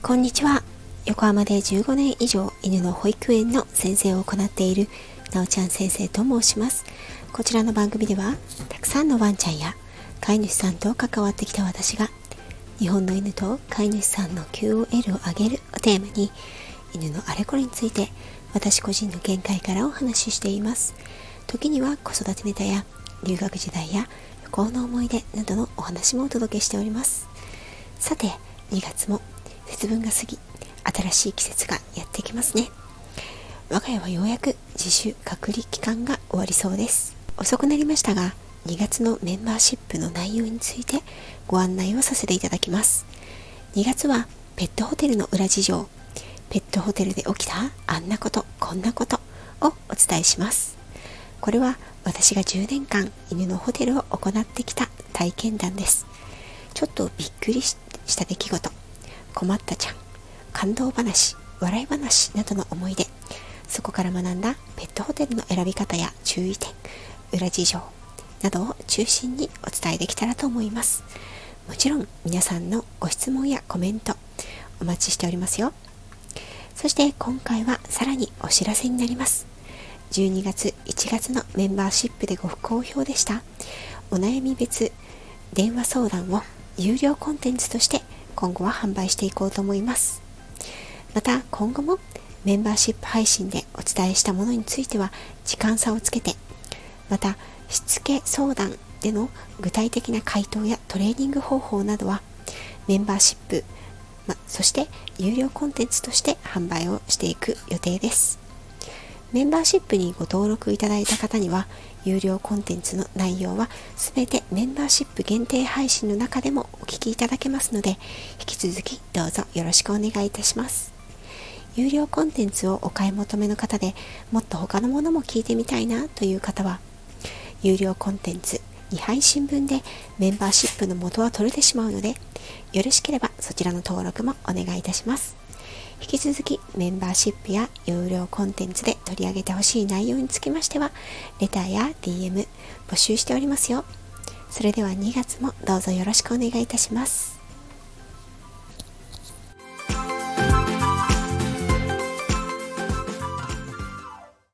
こんにちは。横浜で15年以上犬の保育園の先生を行っているなおちゃん先生と申します。こちらの番組ではたくさんのワンちゃんや飼い主さんと関わってきた私が日本の犬と飼い主さんの QOL を上げるをテーマに犬のあれこれについて私個人の見解からお話ししています。時には子育てネタや留学時代や旅行の思い出などのお話もお届けしております。さて2月も節分が過ぎ、新しい季節がやってきますね。我が家はようやく自主隔離期間が終わりそうです。遅くなりましたが2月のメンバーシップの内容についてご案内をさせていただきます。2月はペットホテルの裏事情、ペットホテルで起きたあんなことこんなことをお伝えします。これは私が10年間犬のホテルを行ってきた体験談です。ちょっとびっくりした出来事、困ったちゃん、感動話、笑い話などの思い出、そこから学んだペットホテルの選び方や注意点、裏事情などを中心にお伝えできたらと思います。もちろん皆さんのご質問やコメントお待ちしておりますよ。そして今回はさらにお知らせになります。12月1月のメンバーシップでご不好評でしたお悩み別電話相談を有料コンテンツとして今後は販売していこうと思います。また今後もメンバーシップ配信でお伝えしたものについては時間差をつけて、またしつけ相談での具体的な回答やトレーニング方法などはメンバーシップ、そして有料コンテンツとして販売をしていく予定です。メンバーシップにご登録いただいた方には有料コンテンツの内容はすべてメンバーシップ限定配信の中でもお聞きいただけますので、引き続きどうぞよろしくお願いいたします。有料コンテンツをお買い求めの方でもっと他のものも聞いてみたいなという方は、有料コンテンツ2配信分でメンバーシップの元は取れてしまうので、よろしければそちらの登録もお願いいたします。引き続きメンバーシップや有料コンテンツで取り上げてほしい内容につきましてはレターや DM 募集しておりますよ。それでは2月もどうぞよろしくお願いいたします。